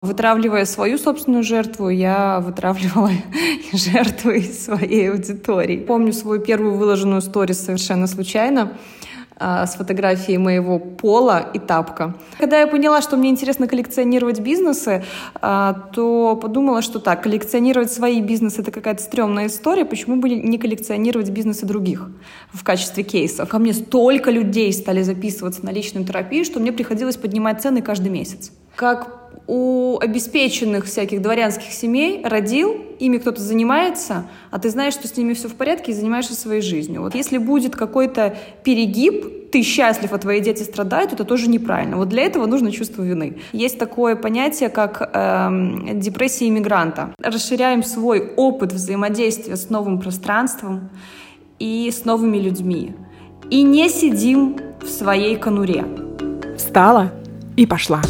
Вытравливая свою собственную жертву, я вытравливала жертвы из своей аудитории. Помню свою первую выложенную сторис совершенно случайно с фотографией моего пола и тапка. Когда я поняла, что мне интересно коллекционировать бизнесы, то подумала, что так, коллекционировать свои бизнесы — это какая-то стрёмная история, почему бы не коллекционировать бизнесы других в качестве кейсов? Ко мне столько людей стали записываться на личную терапию, что мне приходилось поднимать цены каждый месяц. Как у обеспеченных всяких дворянских семей родил, ими кто-то занимается, а ты знаешь, что с ними все в порядке и занимаешься своей жизнью. Вот если будет какой-то перегиб, ты счастлив, а твои дети страдают, это тоже неправильно. Вот для этого нужно чувство вины. Есть такое понятие, как депрессия иммигранта. Расширяем свой опыт взаимодействия с новым пространством и с новыми людьми. И не сидим в своей конуре. Встала и пошла.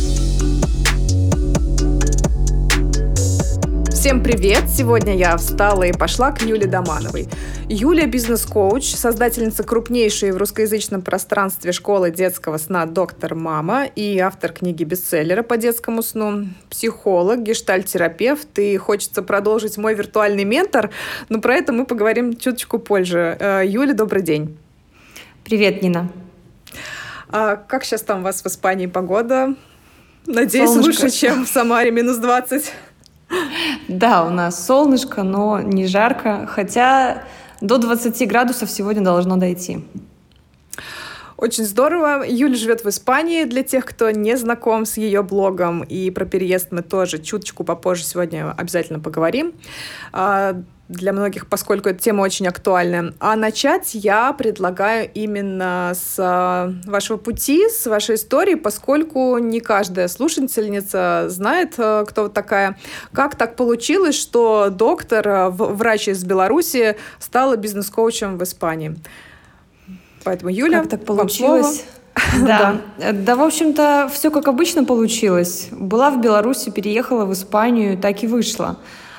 Всем привет! Сегодня я встала и пошла к Юле Домановой. Юля — бизнес-коуч, создательница крупнейшей в русскоязычном пространстве школы детского сна «Доктор Мама» и автор книги-бестселлера по детскому сну, психолог, гештальт-терапевт, и хочется продолжить мой виртуальный ментор, но про это мы поговорим чуточку позже. Юля, добрый день! Привет, Нина! Как сейчас там у вас в Испании погода? Надеюсь, Солнышко. лучше, чем в Самаре -20. Да, у нас солнышко, но не жарко, хотя до 20 градусов сегодня должно дойти. Очень здорово. Юля живет в Испании, для тех, кто не знаком с ее блогом, и про переезд мы тоже чуточку попозже сегодня обязательно поговорим. Для многих, поскольку эта тема очень актуальна. А начать я предлагаю именно с вашего пути, с вашей истории, поскольку не каждая слушательница знает, кто вы такая. Как так получилось, что доктор, врач из Беларуси, стала бизнес-коучем в Испании? Поэтому, Юля, как так получилось? Да, в общем-то, все как обычно получилось. Была в Беларуси, переехала в Испанию, так и вышло.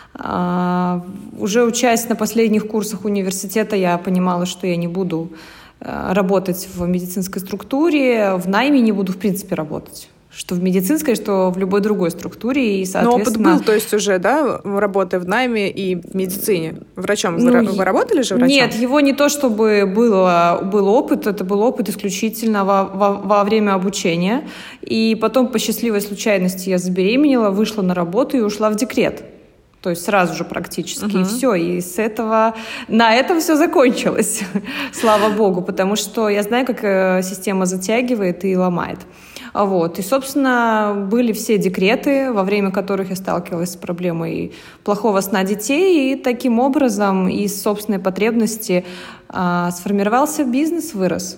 Уже учась на последних курсах университета, я понимала, что я не буду работать в медицинской структуре, в найме не буду, в принципе, работать. Что в медицинской, что в любой другой структуре. И, соответственно... Но опыт был, то есть уже, да, работая в найме и в медицине? Врачом? Вы работали же врачом? Нет, его не то, чтобы был опыт, это был опыт исключительно во время обучения. И потом по счастливой случайности я забеременела, вышла на работу и ушла в декрет. То есть сразу же практически, и все. И на этом все закончилось, слава богу, потому что я знаю, как система затягивает и ломает. Вот. И, собственно, были все декреты, во время которых я сталкивалась с проблемой плохого сна детей, и таким образом из собственной потребности сформировался бизнес, вырос.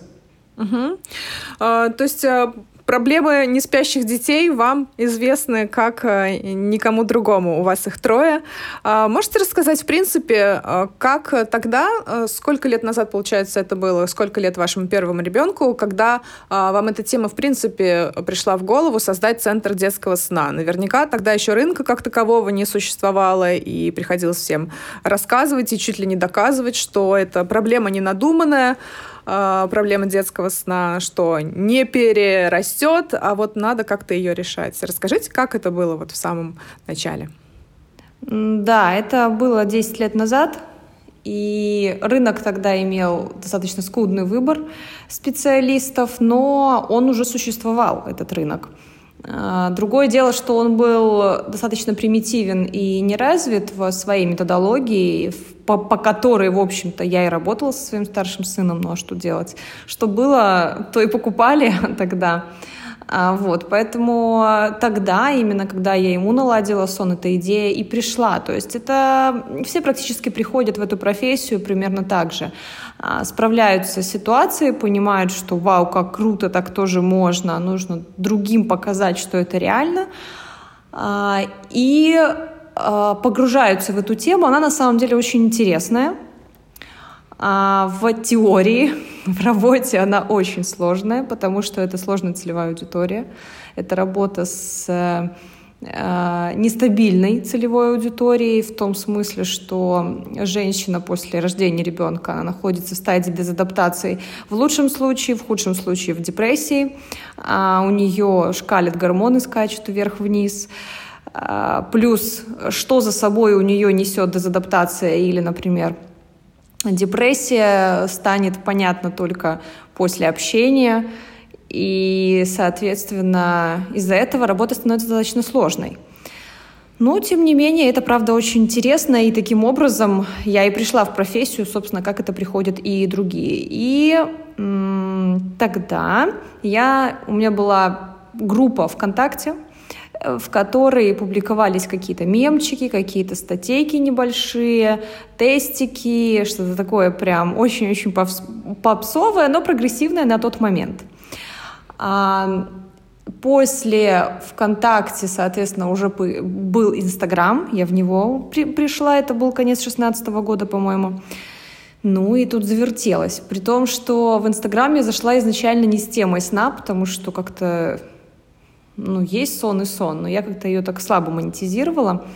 То есть... Проблемы неспящих детей вам известны как никому другому. У вас их 3. Можете рассказать, в принципе, как тогда, сколько лет назад, получается, это было, сколько лет вашему первому ребенку, когда вам эта тема, в принципе, пришла в голову создать центр детского сна? Наверняка тогда еще рынка как такового не существовало, и приходилось всем рассказывать и чуть ли не доказывать, что это проблема не надуманная, проблема детского сна, что не перерастет, а вот надо как-то ее решать. Расскажите, как это было вот в самом начале? Да, это было 10 лет назад, и рынок тогда имел достаточно скудный выбор специалистов, но он уже существовал, этот рынок. Другое дело, что он был достаточно примитивен и не развит в своей методологии, по которой, в общем-то, я и работала со своим старшим сыном, ну а что делать? Что было, то и покупали тогда. Вот, поэтому тогда, именно когда я ему наладила сон, эта идея и пришла. То есть это все практически приходят в эту профессию примерно так же. Справляются с ситуацией, понимают, что вау, как круто, так тоже можно, нужно другим показать, что это реально. И погружаются в эту тему. Она на самом деле очень интересная. В теории, в работе она очень сложная, потому что это сложная целевая аудитория. Это работа с нестабильной целевой аудиторией, в том смысле, что женщина после рождения ребенка она находится в стадии дезадаптации в лучшем случае, в худшем случае в депрессии. У нее шкалят гормоны, скачут вверх-вниз. плюс что за собой у нее несет дезадаптация или, например, депрессия, станет понятно только после общения, и, соответственно, из-за этого работа становится достаточно сложной. Но, тем не менее, это, правда, очень интересно, и таким образом я и пришла в профессию, собственно, как это приходят и другие. И тогда у меня была группа ВКонтакте, в которой публиковались какие-то мемчики, какие-то статейки небольшие, тестики, что-то такое прям очень-очень попсовое, но прогрессивное на тот момент. После ВКонтакте, соответственно, уже был Инстаграм, я в него пришла, это был конец 2016 года, по-моему. Ну и тут завертелось. При том, что в Инстаграм я зашла изначально не с темой сна, потому что как-то, есть сон и сон, но я как-то ее так слабо монетизировала.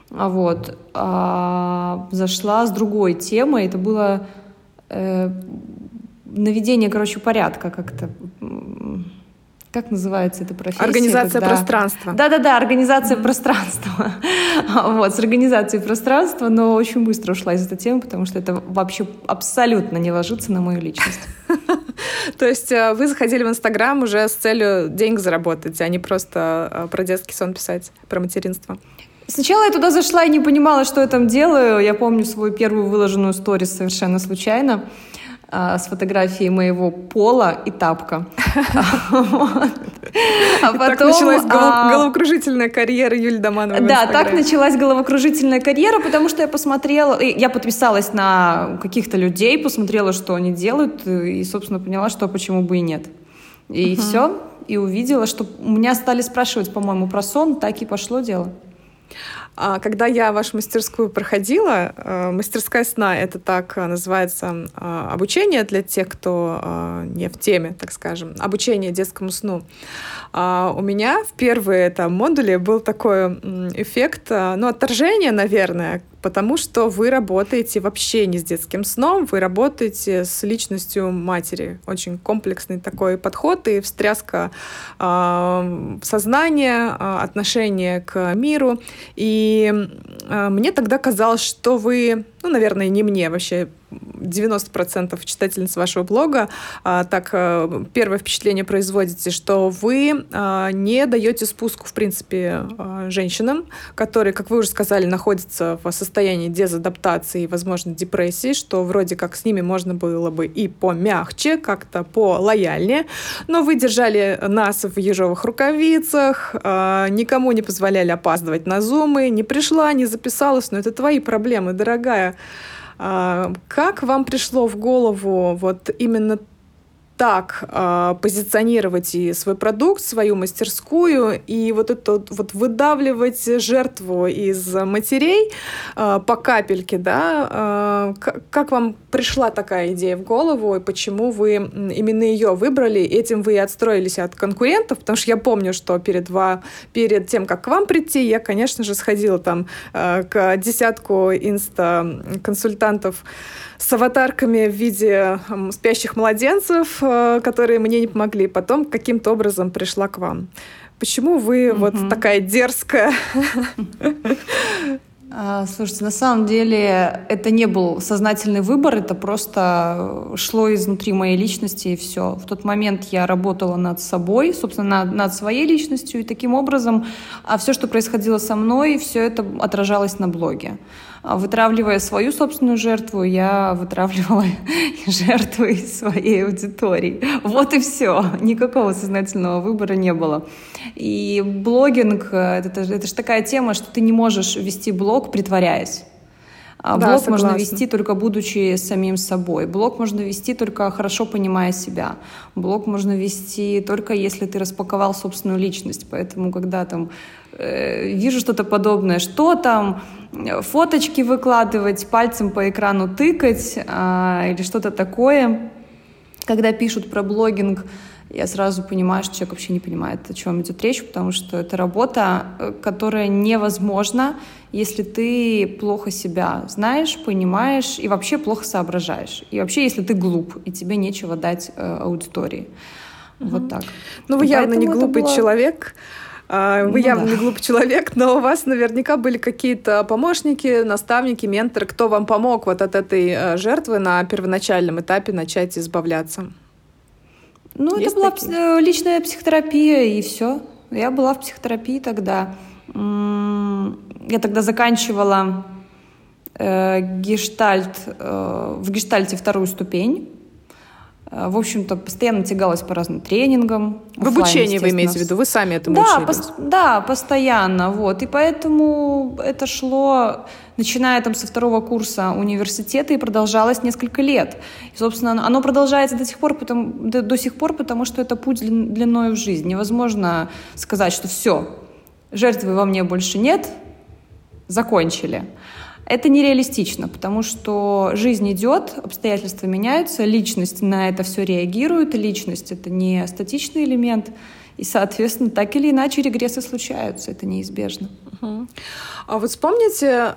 Зашла с другой темой, это было наведение, порядка как-то. Как называется эта профессия? Организация пространства. Да-да-да, организация пространства. С организацией пространства, но очень быстро ушла из этой темы, потому что это вообще абсолютно не ложится на мою личность. То есть вы заходили в Инстаграм уже с целью денег заработать, а не просто про детский сон писать, про материнство? Сначала я туда зашла и не понимала, что я там делаю. Я помню свою первую выложенную сторис совершенно случайно, с фотографией моего пола и тапка. Так началась головокружительная карьера Юлии Домановой в Инстаграме. Да, так началась головокружительная карьера, потому что я посмотрела, я подписалась на каких-то людей, посмотрела, что они делают, и, собственно, поняла, что почему бы и нет. И все, и увидела, что меня стали спрашивать, по-моему, про сон, так и пошло дело. Когда я вашу мастерскую проходила, мастерская сна — это так называется обучение для тех, кто не в теме, так скажем, обучение детскому сну. У меня в первые модули был такой эффект, отторжения, наверное, потому что вы работаете вообще не с детским сном, вы работаете с личностью матери. Очень комплексный такой подход и встряска сознания, отношения к миру. И мне тогда казалось, что вы, наверное, не мне, вообще 90% читательниц вашего блога первое впечатление производите, что вы не даете спуску, в принципе, женщинам, которые, как вы уже сказали, находятся в состоянии дезадаптации и, возможно, депрессии, что вроде как с ними можно было бы и помягче, как-то полояльнее, но вы держали нас в ежовых рукавицах, никому не позволяли опаздывать на зумы, не пришла, не записалась, но это твои проблемы, дорогая. Как вам пришло в голову именно так позиционировать и свой продукт, свою мастерскую, и выдавливать жертву из матерей по капельке, да? Как вам пришла такая идея в голову, и почему вы именно ее выбрали? Этим вы и отстроились от конкурентов, потому что я помню, что перед тем, как к вам прийти, я, конечно же, сходила к десятку инста-консультантов с аватарками в виде спящих младенцев, которые мне не помогли. Потом каким-то образом пришла к вам. Почему вы такая дерзкая? Слушайте, на самом деле это не был сознательный выбор, это просто шло изнутри моей личности, и все. В тот момент я работала над собой, собственно, над своей личностью, и таким образом все, что происходило со мной, все это отражалось на блоге. Вытравливая свою собственную жертву, я вытравливала жертву из своей аудитории. Вот и все. Никакого сознательного выбора не было. И блогинг — это же такая тема, что ты не можешь вести блог, притворяясь. Блог можно вести только будучи самим собой. Блог можно вести только хорошо понимая себя. Блог можно вести только если ты распаковал собственную личность. Поэтому, когда вижу что-то подобное, что там, фоточки выкладывать, пальцем по экрану тыкать или что-то такое, когда пишут про блогинг, я сразу понимаю, что человек вообще не понимает, о чем идет речь, потому что это работа, которая невозможна, если ты плохо себя знаешь, понимаешь и вообще плохо соображаешь. И вообще, если ты глуп, и тебе нечего дать аудитории. Вот так. Вы явно не глупый человек. Вы явно не глупый человек, но у вас наверняка были какие-то помощники, наставники, менторы, кто вам помог вот от этой жертвы на первоначальном этапе начать избавляться? Это была личная психотерапия, и все. Я была в психотерапии тогда. Я тогда заканчивала гештальт, в гештальте 2-ю ступень. В общем-то, постоянно тягалась по разным тренингам. В обучении вы имеете в виду? Вы сами этому учились? Да, постоянно. И поэтому это шло, начиная со 2-го курса университета, и продолжалось несколько лет. И, собственно, оно продолжается до сих пор, потому что это путь длиною в жизнь. Невозможно сказать, что все, жертвы во мне больше нет, закончили. Это нереалистично, потому что жизнь идет, обстоятельства меняются, личность на это все реагирует, личность — это не статичный элемент, и, соответственно, так или иначе регрессы случаются, это неизбежно. А вот вспомните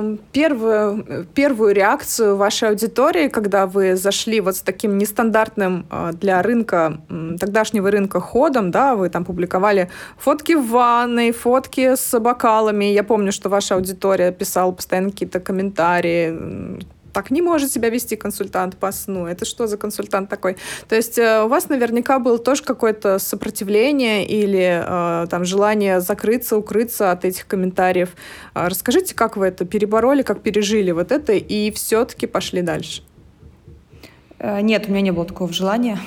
первую реакцию вашей аудитории, когда вы зашли вот с таким нестандартным для рынка, тогдашнего рынка ходом, да, вы там публиковали фотки в ванной, фотки с бокалами. Я помню, что ваша аудитория писала постоянно какие-то комментарии. Так не может себя вести консультант по сну. Это что за консультант такой? То есть у вас наверняка было тоже какое-то сопротивление или желание закрыться, укрыться от этих комментариев. Расскажите, как вы это перебороли, как пережили вот это и все-таки пошли дальше? Нет, у меня не было такого желания.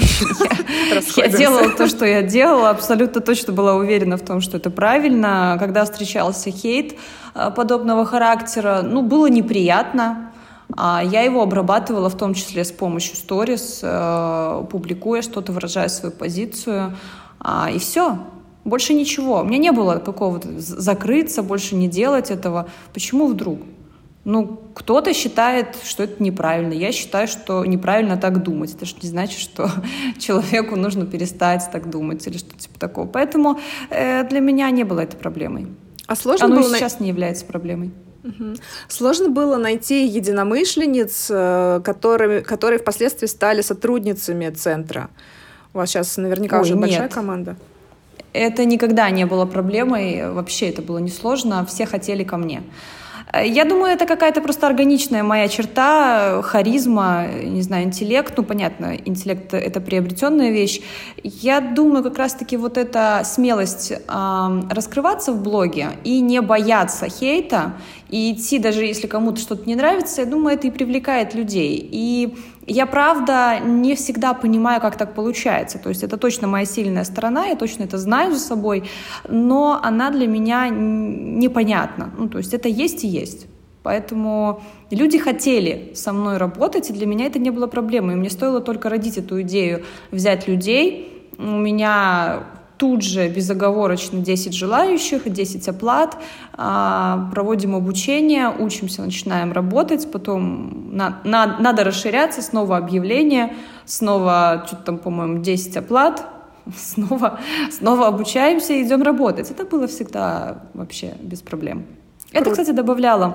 Я делала то, что я делала, абсолютно точно была уверена в том, что это правильно. Когда встречался хейт подобного характера, было неприятно. Я его обрабатывала в том числе с помощью сторис, публикуя что-то, выражая свою позицию. И все. Больше ничего. У меня не было какого-то закрыться, больше не делать этого. Почему вдруг? Кто-то считает, что это неправильно. Я считаю, что неправильно так думать. Это же не значит, что человеку нужно перестать так думать или что-то типа такого. Поэтому для меня не было это проблемой. А сложно Оно было и сейчас не является проблемой. Сложно было найти единомышленниц, которые впоследствии стали сотрудницами центра. У вас сейчас наверняка уже большая команда. Это никогда не было проблемой, вообще это было несложно, все хотели ко мне. Я думаю, это какая-то просто органичная моя черта, харизма, не знаю, интеллект. Понятно, интеллект — это приобретенная вещь. Я думаю, как раз-таки вот эта смелость раскрываться в блоге и не бояться хейта, и идти, даже если кому-то что-то не нравится, я думаю, это и привлекает людей. И я, правда, не всегда понимаю, как так получается. То есть это точно моя сильная сторона, я точно это знаю за собой, но она для меня непонятна. То есть это есть и есть. Поэтому люди хотели со мной работать, и для меня это не было проблемой. Мне стоило только родить эту идею, взять людей. У меня тут же безоговорочно 10 желающих, 10 оплат, проводим обучение, учимся, начинаем работать, потом надо расширяться, снова объявление, снова, что-то там, по-моему, 10 оплат, снова обучаемся и идем работать. Это было всегда вообще без проблем. Это, кстати, добавляло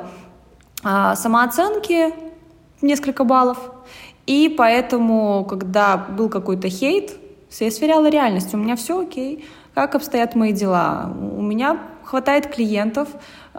самооценки несколько баллов, и поэтому, когда был какой-то хейт, я сверяла реальность. У меня все окей. Как обстоят мои дела? У меня хватает клиентов.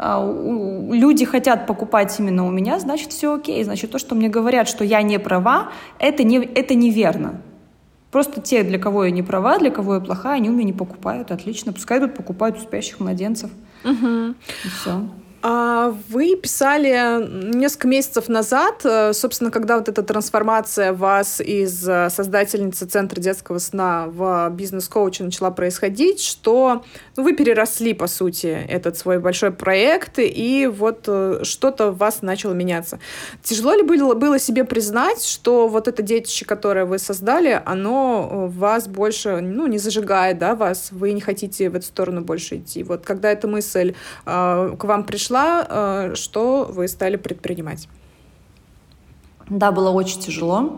Люди хотят покупать именно у меня, значит, все окей. Значит, то, что мне говорят, что я не права, это неверно. Просто те, для кого я не права, для кого я плохая, они у меня не покупают. Отлично. Пускай тут покупают у спящих младенцев. И все. Вы писали несколько месяцев назад, собственно, когда вот эта трансформация вас из создательницы Центра детского сна в бизнес-коуча начала происходить, что вы переросли, по сути, этот свой большой проект, и вот что-то в вас начало меняться. Тяжело ли было себе признать, что вот это детище, которое вы создали, оно вас больше, не зажигает, да, вас, вы не хотите в эту сторону больше идти? Вот когда эта мысль к вам пришла, что вы стали предпринимать? Да, было очень тяжело.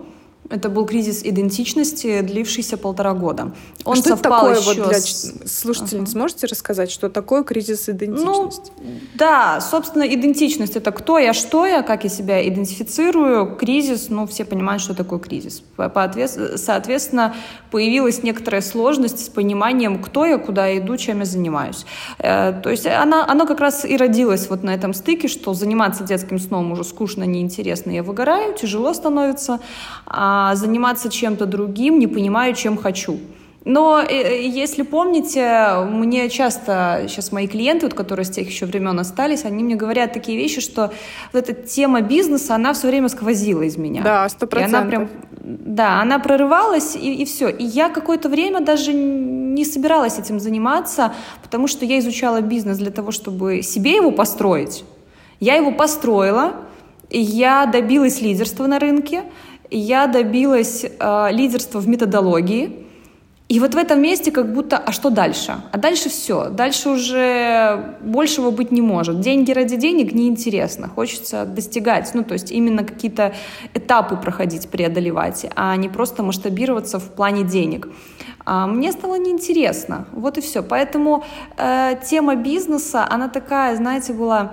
Это был кризис идентичности, длившийся 1,5 года. Он что совпал это такое, вот для слушательниц, можете рассказать, что такое кризис идентичности? Ну, да, собственно, идентичность — это кто я, что я, как я себя идентифицирую. Кризис, все понимают, что такое кризис. Соответственно, появилась некоторая сложность с пониманием, кто я, куда я иду, чем я занимаюсь. То есть оно как раз и родилось вот на этом стыке, что заниматься детским сном уже скучно, неинтересно, я выгораю, тяжело становится, заниматься чем-то другим, не понимаю, чем хочу. Но, если помните, мне часто сейчас мои клиенты, которые с тех еще времен остались, они мне говорят такие вещи, что вот эта тема бизнеса, она все время сквозила из меня. Да, 100%. Она прорывалась, и все. И я какое-то время даже не собиралась этим заниматься, потому что я изучала бизнес для того, чтобы себе его построить. Я его построила, и я добилась лидерства на рынке, я добилась лидерства в методологии. И вот в этом месте как будто, а что дальше? А дальше все. Дальше уже большего быть не может. Деньги ради денег неинтересно. Хочется достигать, то есть именно какие-то этапы проходить, преодолевать, а не просто масштабироваться в плане денег. Мне стало неинтересно. Вот и все. Поэтому тема бизнеса, она такая, знаете, была...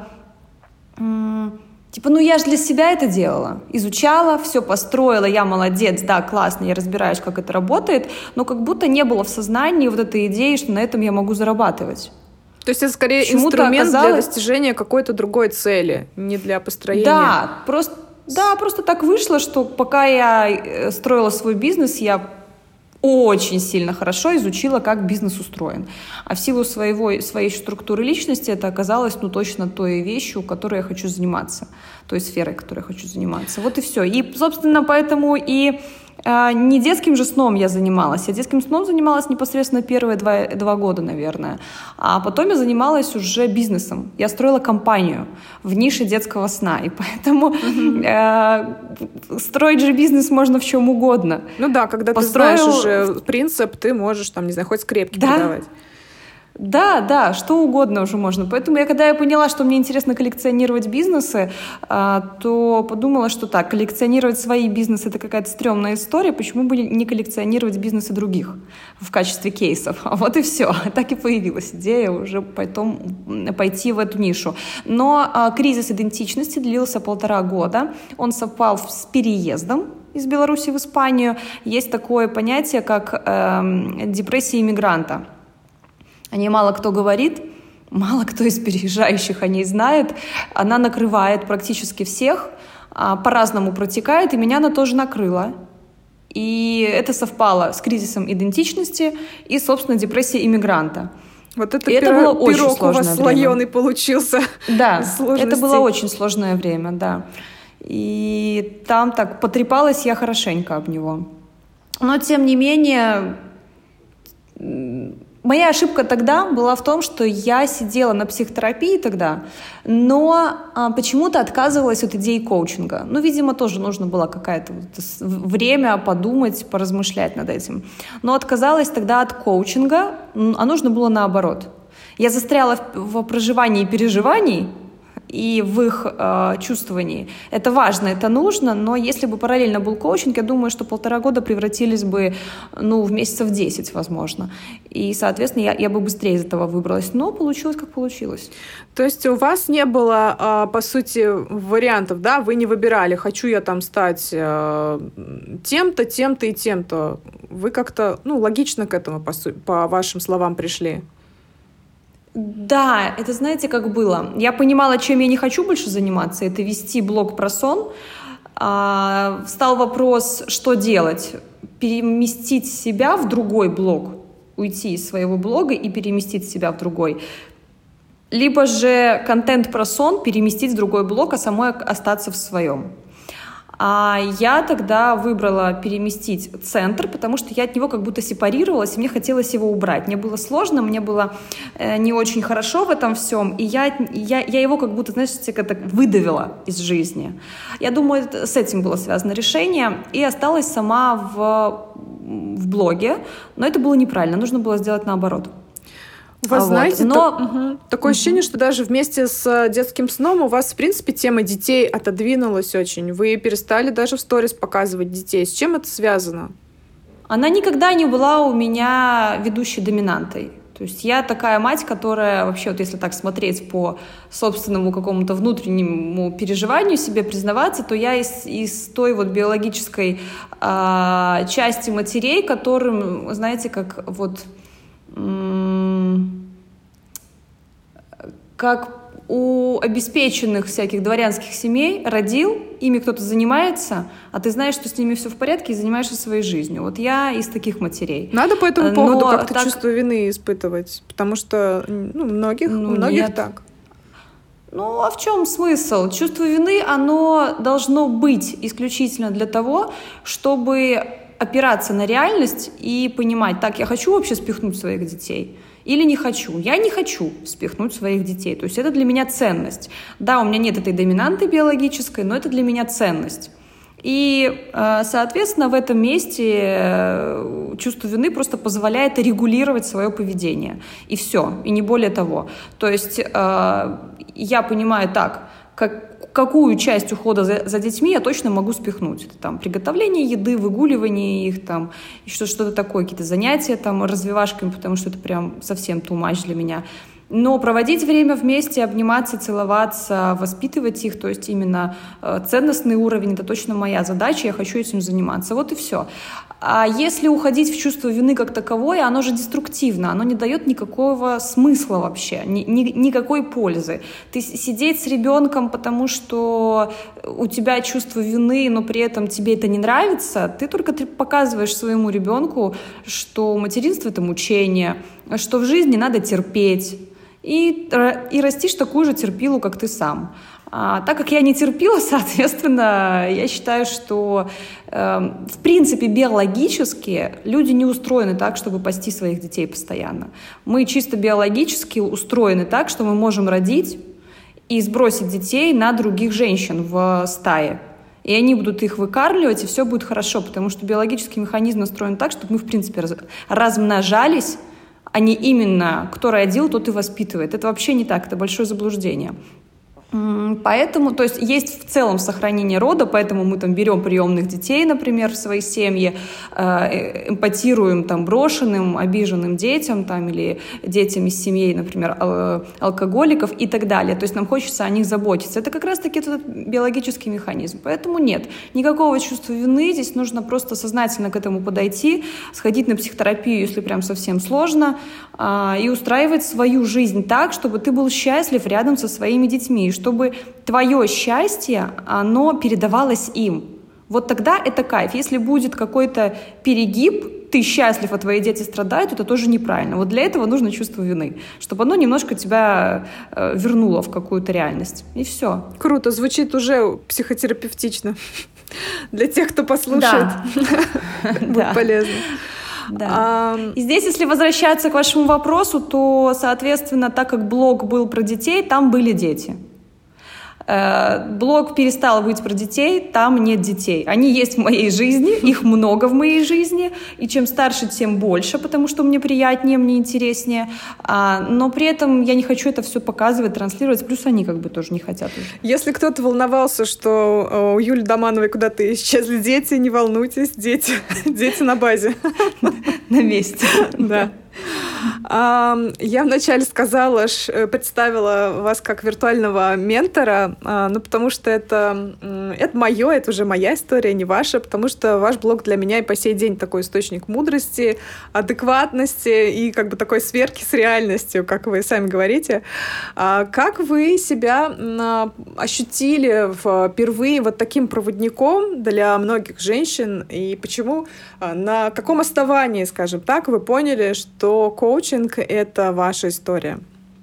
я же для себя это делала, изучала, все построила, я молодец, да, классно, я разбираюсь, как это работает, но как будто не было в сознании вот этой идеи, что на этом я могу зарабатывать. То есть это скорее инструмент для достижения какой-то другой цели, не для построения. Просто так вышло, что пока я строила свой бизнес, я очень сильно хорошо изучила, как бизнес устроен. А в силу своей структуры личности это оказалось точно той вещью, которой я хочу заниматься, той сферой, которой я хочу заниматься. Вот и все. И, собственно, поэтому и не детским же сном я занималась. Я детским сном занималась непосредственно первые 2 года, наверное. А потом я занималась уже бизнесом. Я строила компанию в нише детского сна. И поэтому строить же бизнес можно в чем угодно. Когда ты знаешь уже принцип, ты можешь, хоть скрепки продавать. Да, что угодно уже можно. Поэтому когда я поняла, что мне интересно коллекционировать бизнесы, то подумала, что коллекционировать свои бизнесы — это какая-то стрёмная история, почему бы не коллекционировать бизнесы других в качестве кейсов? Вот и все. Так и появилась идея уже потом пойти в эту нишу. Но кризис идентичности длился 1,5 года. Он совпал с переездом из Беларуси в Испанию. Есть такое понятие, как депрессия иммигранта. О ней мало кто говорит, мало кто из переезжающих о ней знает. Она накрывает практически всех, по-разному протекает, и меня она тоже накрыла. И это совпало с кризисом идентичности и, собственно, депрессией иммигранта. Вот это было очень сложное у вас слоеный получился. Да, это было очень сложное время, да. И там так потрепалась я хорошенько об него. Но, тем не менее... Моя ошибка тогда была в том, что я сидела на психотерапии тогда, но почему-то отказывалась от идеи коучинга. Видимо, тоже нужно было какое-то время подумать, поразмышлять над этим. Но отказалась тогда от коучинга, а нужно было наоборот. Я застряла в проживании переживаний и в их чувствовании. Это важно, это нужно, но если бы параллельно был коучинг, я думаю, что 1,5 года превратились бы в месяцев 10, возможно. И, соответственно, я бы быстрее из этого выбралась. Но получилось, как получилось. То есть у вас не было, по сути, вариантов, да? Вы не выбирали, хочу я там стать тем-то, тем-то и тем-то. Вы как-то, логично к этому, по вашим словам, пришли. Да, это знаете, как было. Я понимала, чем я не хочу больше заниматься, это вести блог про сон. Встал вопрос, что делать? Переместить себя в другой блог, уйти из своего блога и переместить себя в другой. Либо же контент про сон переместить в другой блог, а самой остаться в своем. А я тогда выбрала переместить центр, потому что я от него как будто сепарировалась, и мне хотелось его убрать. Мне было сложно, мне было не очень хорошо в этом всем, и я его как будто, как-то выдавила из жизни. Я думаю, с этим было связано решение, и осталась сама в блоге, но это было неправильно, нужно было сделать наоборот. У вас, знаете, такое ощущение, что даже вместе с детским сном у вас, в принципе, тема детей отодвинулась очень. Вы перестали даже в сторис показывать детей. С чем это связано? Она никогда не была у меня ведущей доминантой. То есть я такая мать, которая вообще, вот если так смотреть по собственному какому-то внутреннему переживанию, себе признаваться, то я из той вот биологической части матерей, которым, знаете, как вот как у обеспеченных всяких дворянских семей родил, ими кто-то занимается, а ты знаешь, что с ними все в порядке и занимаешься своей жизнью. Вот я из таких матерей. Надо по этому поводу как-то чувство вины испытывать, потому что у многих так. Ну, а в чем смысл? Чувство вины, оно должно быть исключительно для того, чтобы опираться на реальность и понимать, так, я хочу вообще спихнуть своих детей или не хочу? Я не хочу спихнуть своих детей. То есть это для меня ценность. Да, у меня нет этой доминанты биологической, но это для меня ценность. И, соответственно, в этом месте чувство вины просто позволяет регулировать свое поведение. И все, и не более того. То есть я понимаю так, какую часть ухода за детьми я точно могу спихнуть. Это там приготовление еды, выгуливание их, там, что-то такое, какие-то занятия там, развивашками, потому что это прям совсем too much для меня. Но проводить время вместе, обниматься, целоваться, воспитывать их, то есть именно ценностный уровень, это точно моя задача, я хочу этим заниматься. Вот и все. А если уходить в чувство вины как таковое, оно же деструктивно, оно не дает никакого смысла вообще, никакой пользы. Ты сидеть с ребенком, потому что у тебя чувство вины, но при этом тебе это не нравится, ты только показываешь своему ребенку, что материнство — это мучение, что в жизни надо терпеть. И растишь такую же терпилу, как ты сам. Так как я не терпила, соответственно, я считаю, что в принципе биологически люди не устроены так, чтобы пасти своих детей постоянно. Мы чисто биологически устроены так, что мы можем родить и сбросить детей на других женщин в стае. И они будут их выкармливать, и все будет хорошо, потому что биологический механизм настроен так, чтобы мы, в принципе, размножались, а не именно кто родил, тот и воспитывает. Это вообще не так, это большое заблуждение. Поэтому, то есть есть в целом сохранение рода, поэтому мы там берем приемных детей, например, в свои семьи, эмпатируем там брошенным, обиженным детям там, или детям из семей, например, алкоголиков и так далее. То есть нам хочется о них заботиться. Это как раз-таки этот биологический механизм. Поэтому нет, никакого чувства вины, здесь нужно просто сознательно к этому подойти, сходить на психотерапию, если прям совсем сложно, и устраивать свою жизнь так, чтобы ты был счастлив рядом со своими детьми, чтобы твое счастье, оно передавалось им. Вот тогда это кайф. Если будет какой-то перегиб, ты счастлив, а твои дети страдают, это тоже неправильно. Вот для этого нужно чувство вины, чтобы оно немножко тебя вернуло в какую-то реальность. И все. Круто, звучит уже психотерапевтично. Для тех, кто послушает, будет полезно. Да. И здесь, если возвращаться к вашему вопросу, то, соответственно, так как блог был про детей, там были дети. Блог перестал быть про детей, там нет детей. Они есть в моей жизни, их много в моей жизни, и чем старше, тем больше, потому что мне приятнее, мне интереснее. Но при этом я не хочу это все показывать, транслировать, плюс они как бы тоже не хотят уже. Если кто-то волновался, что у Юли Домановой куда-то исчезли дети, не волнуйтесь, дети на базе. На месте. Да. Я вначале представила вас как виртуального ментора, потому что это мое, это уже моя история, не ваша, потому что ваш блог для меня и по сей день такой источник мудрости, адекватности и как бы такой сверки с реальностью, как вы сами говорите. Как вы себя ощутили впервые вот таким проводником для многих женщин, и почему, на каком основании, скажем так, вы поняли, что коучинг — это ваша история?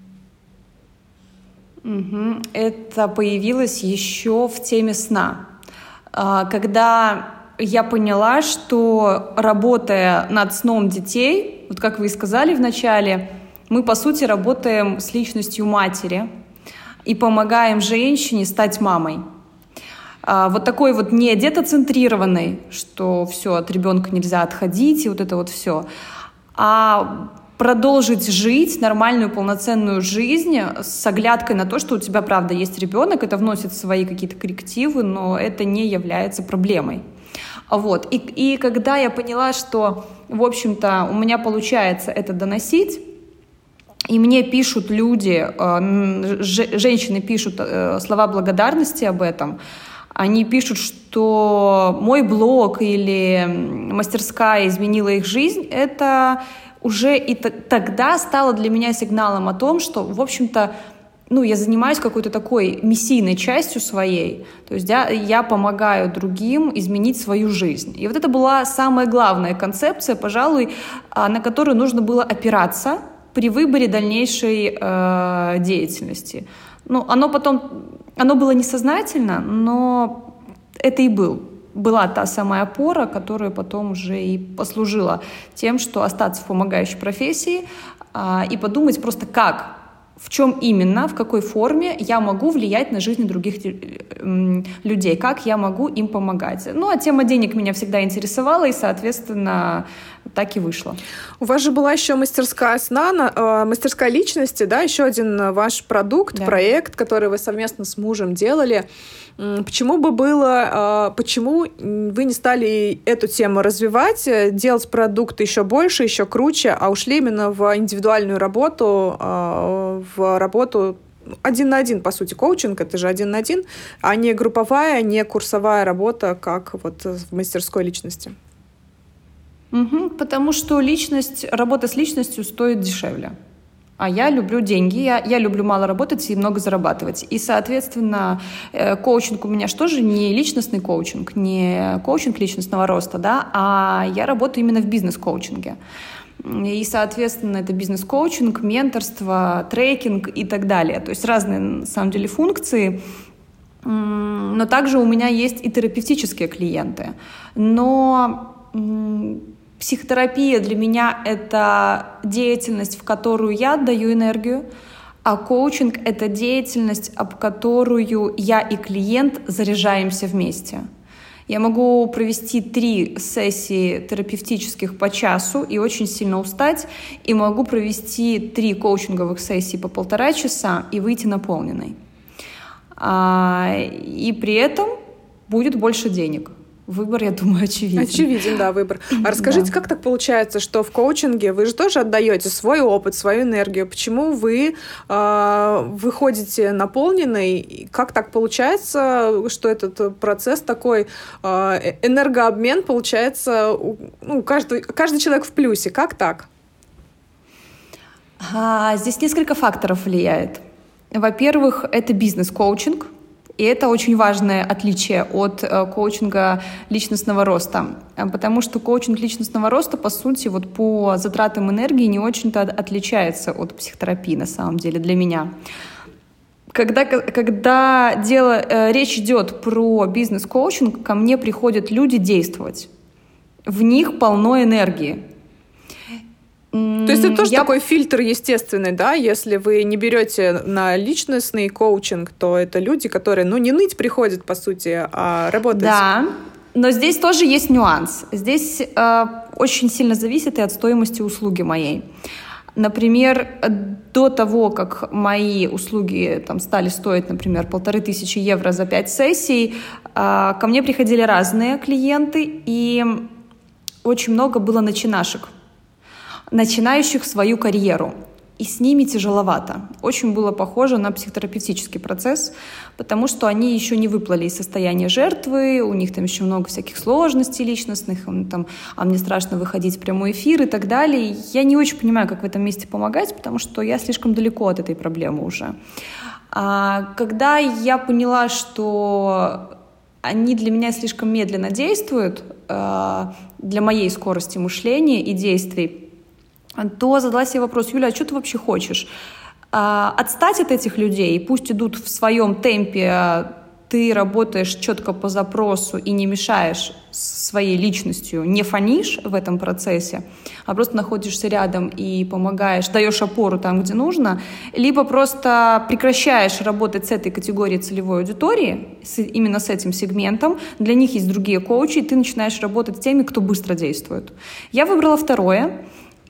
Это появилось еще в теме сна. Когда я поняла, что, работая над сном детей, вот как вы и сказали в начале, мы, по сути, работаем с личностью матери и помогаем женщине стать мамой. Вот такой вот не детоцентрированной, что все, от ребенка нельзя отходить, и вот это вот все, а продолжить жить нормальную, полноценную жизнь с оглядкой на то, что у тебя, правда, есть ребенок, это вносит свои какие-то коррективы, но это не является проблемой. Вот. И когда я поняла, что, в общем-то, у меня получается это доносить, и мне пишут люди, женщины пишут слова благодарности об этом, они пишут, что мой блог или мастерская изменила их жизнь, это уже и тогда стало для меня сигналом о том, что, в общем-то, я занимаюсь какой-то такой миссийной частью своей, то есть я помогаю другим изменить свою жизнь. И вот это была самая главная концепция, пожалуй, на которую нужно было опираться при выборе дальнейшей деятельности. Оно было несознательно, но это и была та самая опора, которая потом уже и послужила тем, что остаться в помогающей профессии и подумать просто в чем именно, в какой форме я могу влиять на жизнь других людей, как я могу им помогать. А тема денег меня всегда интересовала, и, соответственно, так и вышло. У вас же была еще мастерская сна, мастерская личности, да, еще один ваш продукт, да. Проект, который вы совместно с мужем делали. Почему вы не стали эту тему развивать, делать продукт еще больше, еще круче, а ушли именно в индивидуальную работу, в работу один на один, по сути, коучинг, это же один на один, а не групповая, не курсовая работа, как вот в мастерской личности? Потому что работа с личностью стоит дешевле. А я люблю деньги, я люблю мало работать и много зарабатывать. И, соответственно, коучинг у меня же тоже не личностный коучинг, не коучинг личностного роста, да, а я работаю именно в бизнес-коучинге. И, соответственно, это бизнес-коучинг, менторство, трекинг и так далее. То есть разные, на самом деле, функции. Но также у меня есть и терапевтические клиенты. Но психотерапия для меня — это деятельность, в которую я отдаю энергию, а коучинг — это деятельность, об которую я и клиент заряжаемся вместе. Я могу провести 3 сессии терапевтических по часу и очень сильно устать, и могу провести 3 коучинговых сессии по 1,5 часа и выйти наполненной. И при этом будет больше денег. Выбор, я думаю, очевиден. Очевиден, да, выбор. А расскажите, как так получается, что в коучинге вы же тоже отдаете свой опыт, свою энергию? Почему вы выходите наполненной? Как так получается, что этот процесс такой энергообмен получается, каждый человек в плюсе? Как так? Здесь несколько факторов влияет. Во-первых, это бизнес-коучинг. И это очень важное отличие от коучинга личностного роста, потому что коучинг личностного роста, по сути, по затратам энергии не очень-то отличается от психотерапии, на самом деле, для меня. Когда речь идет про бизнес-коучинг, ко мне приходят люди действовать. В них полно энергии. То есть это тоже такой фильтр естественный, да? Если вы не берете на личностный коучинг, то это люди, которые, не ныть приходят, по сути, а работать. Да, но здесь тоже есть нюанс. Здесь очень сильно зависит и от стоимости услуги моей. Например, до того, как мои услуги стали стоить, например, 1500 евро за 5 сессий, ко мне приходили разные клиенты, и очень много было начинающих свою карьеру. И с ними тяжеловато. Очень было похоже на психотерапевтический процесс, потому что они еще не выплыли из состояния жертвы, у них там еще много всяких сложностей личностных, а мне страшно выходить в прямой эфир и так далее. Я не очень понимаю, как в этом месте помогать, потому что я слишком далеко от этой проблемы уже. Когда я поняла, что они для меня слишком медленно действуют, для моей скорости мышления и действий, то задала себе вопрос: Юля, а что ты вообще хочешь? Отстать от этих людей, пусть идут в своем темпе, ты работаешь четко по запросу и не мешаешь своей личностью, не фонишь в этом процессе, а просто находишься рядом и помогаешь, даешь опору там, где нужно, либо просто прекращаешь работать с этой категорией целевой аудитории, именно с этим сегментом, для них есть другие коучи, и ты начинаешь работать с теми, кто быстро действует. Я выбрала второе.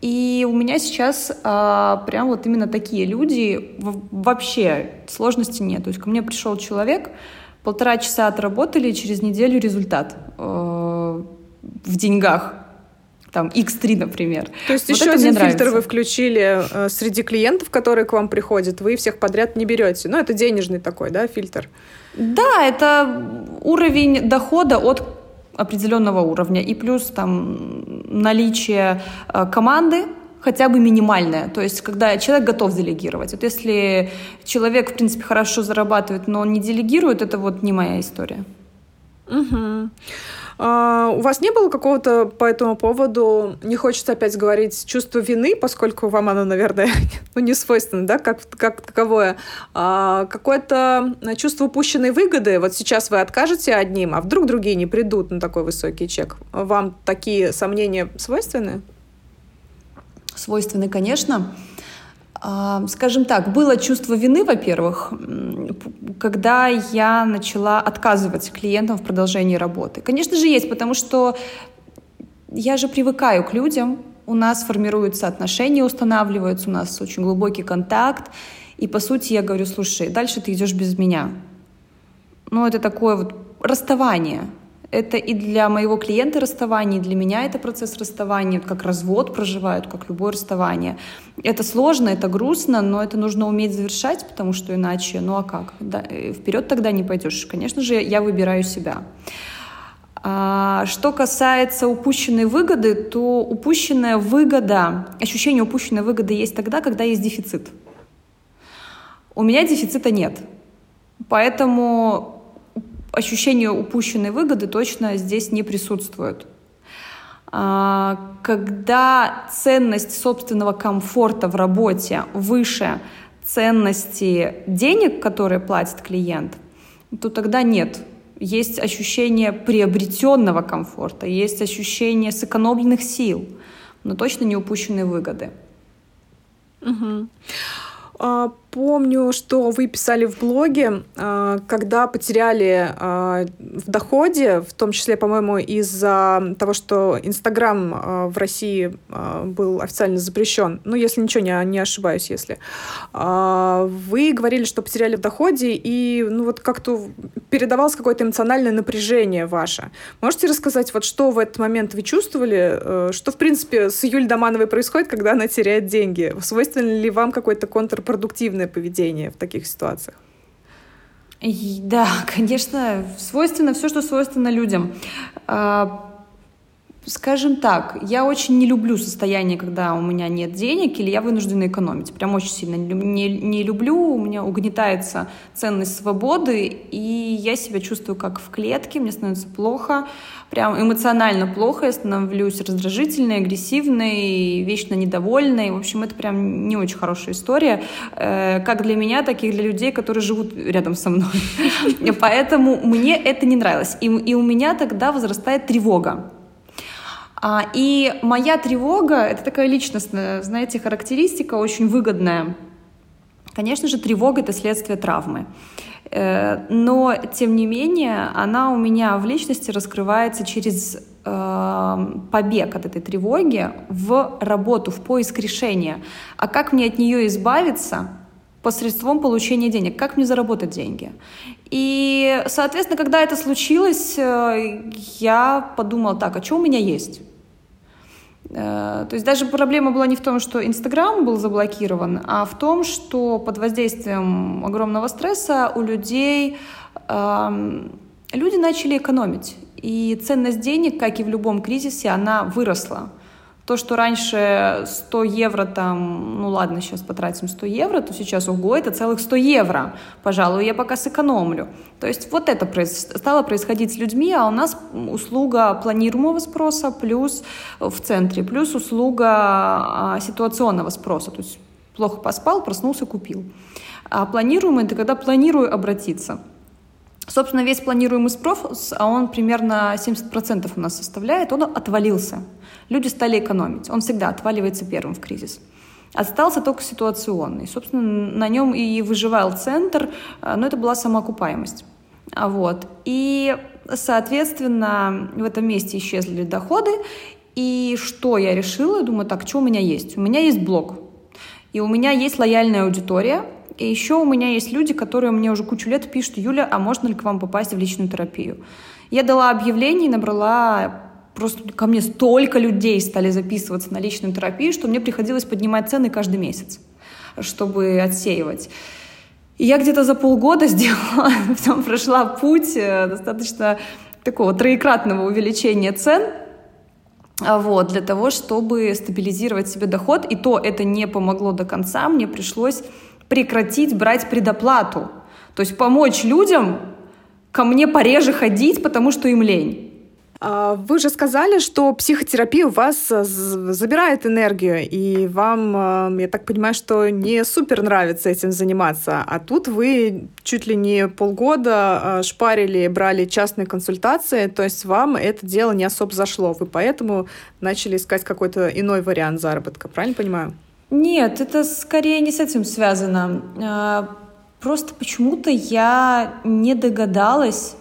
И у меня сейчас прям вот именно такие люди, вообще сложности нет. То есть ко мне пришел человек, 1,5 часа отработали, через неделю результат в деньгах. Там X3, например. То есть вот еще один фильтр вы включили среди клиентов, которые к вам приходят, вы всех подряд не берете. Ну, это денежный такой, да, фильтр? Да, это уровень дохода от определенного уровня. И плюс там наличие команды, хотя бы минимальное. То есть, когда человек готов делегировать. Вот если человек, в принципе, хорошо зарабатывает, но он не делегирует, это вот не моя история. Угу. У вас не было какого-то по этому поводу, не хочется опять говорить, чувства вины, поскольку вам оно, наверное, не свойственно, да, как таковое, какое-то чувство упущенной выгоды? Вот сейчас вы откажете одним, а вдруг другие не придут на такой высокий чек? Вам такие сомнения свойственны? Свойственны, конечно. Скажем так, было чувство вины, во-первых, когда я начала отказывать клиентам в продолжении работы. Конечно же, есть, потому что я же привыкаю к людям, у нас формируются отношения, устанавливаются, у нас очень глубокий контакт, и, по сути, я говорю: слушай, дальше ты идешь без меня. Ну, это такое вот расставание. Это и для моего клиента расставание, и для меня это процесс расставания, как развод проживают, как любое расставание. Это сложно, это грустно, но это нужно уметь завершать, потому что иначе, ну а как? Да, вперед тогда не пойдешь. Конечно же, я выбираю себя. Что касается упущенной выгоды, то упущенная выгода, ощущение упущенной выгоды есть тогда, когда есть дефицит. У меня дефицита нет, поэтому ощущение упущенной выгоды точно здесь не присутствует. Когда ценность собственного комфорта в работе выше ценности денег, которые платит клиент, то тогда нет. Есть ощущение приобретенного комфорта, есть ощущение сэкономленных сил, но точно не упущенной выгоды. Угу. Помню, что вы писали в блоге, когда потеряли в доходе, в том числе, по-моему, из-за того, что Инстаграм в России был официально запрещен, ну, если ничего не ошибаюсь, если. Вы говорили, что потеряли в доходе, и ну, вот как-то передавалось какое-то эмоциональное напряжение ваше. Можете рассказать, вот что в этот момент вы чувствовали, что, в принципе, с Юлией Домановой происходит, когда она теряет деньги? Свойственно ли вам какое-то контрпродуктивное поведение в таких ситуациях? Да, конечно, свойственно все, что свойственно людям. Скажем так, я очень не люблю состояние, когда у меня нет денег или я вынуждена экономить. Прям очень сильно не люблю, у меня угнетается ценность свободы, и я себя чувствую как в клетке, мне становится плохо, прям эмоционально плохо, я становлюсь раздражительной, агрессивной, вечно недовольной. В общем, это прям не очень хорошая история, как для меня, так и для людей, которые живут рядом со мной. Поэтому мне это не нравилось. И у меня тогда возрастает тревога. И моя тревога — это такая личностная, знаете, характеристика, очень выгодная. Конечно же, тревога — это следствие травмы. Но, тем не менее, она у меня в личности раскрывается через побег от этой тревоги в работу, в поиск решения. А как мне от нее избавиться? Посредством получения денег. Как мне заработать деньги? И, соответственно, когда это случилось, я подумала: так, а что у меня есть? То есть даже проблема была не в том, что Инстаграм был заблокирован, а в том, что под воздействием огромного стресса у людей люди начали экономить. И ценность денег, как и в любом кризисе, она выросла. То, что раньше 100 евро, там, ну ладно, сейчас потратим 100 евро, то сейчас, ого, это целых 100 евро. Пожалуй, я пока сэкономлю. То есть вот это стало происходить с людьми, а у нас услуга планируемого спроса плюс в центре, плюс услуга ситуационного спроса. То есть плохо поспал, проснулся, купил. А планируемый — это когда планирую обратиться. Собственно, весь планируемый спрос, а он примерно 70% у нас составляет, он отвалился. Люди стали экономить. Он всегда отваливается первым в кризис. Остался только ситуационный. Собственно, на нем и выживал центр, но это была самоокупаемость. Вот. И, соответственно, в этом месте исчезли доходы, И что я решила? Думаю, так, что у меня есть? У меня есть блог, и у меня есть лояльная аудитория, и еще у меня есть люди, которые мне уже кучу лет пишут: Юля, а можно ли к вам попасть в личную терапию? Я дала объявление и набрала... Просто ко мне столько людей стали записываться на личную терапию, что мне приходилось поднимать цены каждый месяц, чтобы отсеивать. И я где-то за полгода сделала, потом прошла путь достаточно такого троекратного увеличения цен, для того, чтобы стабилизировать себе доход. И то это не помогло до конца, мне пришлось прекратить брать предоплату. То есть помочь людям ко мне пореже ходить, потому что им лень. Вы же сказали, что психотерапия у вас забирает энергию, и вам, я так понимаю, что не супер нравится этим заниматься. А тут вы чуть ли не полгода шпарили, брали частные консультации, то есть вам это дело не особо зашло. Вы поэтому начали искать какой-то иной вариант заработка, правильно понимаю? Нет, это скорее не с этим связано. Просто почему-то я не догадалась.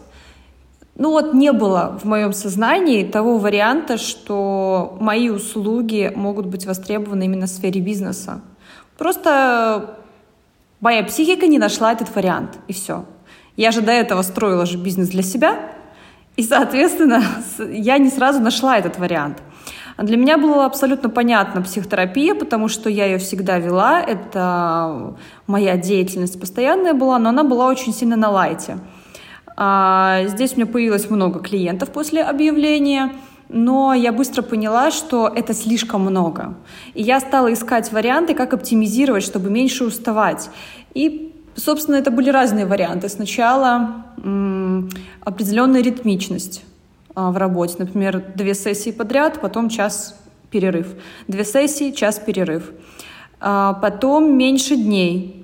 Не было в моем сознании того варианта, что мои услуги могут быть востребованы именно в сфере бизнеса. Просто моя психика не нашла этот вариант, и все. Я же до этого строила же бизнес для себя, и, соответственно, я не сразу нашла этот вариант. Для меня было абсолютно понятна психотерапия, потому что я ее всегда вела, это моя деятельность постоянная была, но она была очень сильно на лайте. Здесь у меня появилось много клиентов после объявления, но я быстро поняла, что это слишком много. И я стала искать варианты, как оптимизировать, чтобы меньше уставать. И, собственно, это были разные варианты. Сначала определенная ритмичность в работе. Например, 2 сессии подряд, потом час перерыв. 2 сессии, час перерыв. Потом меньше дней.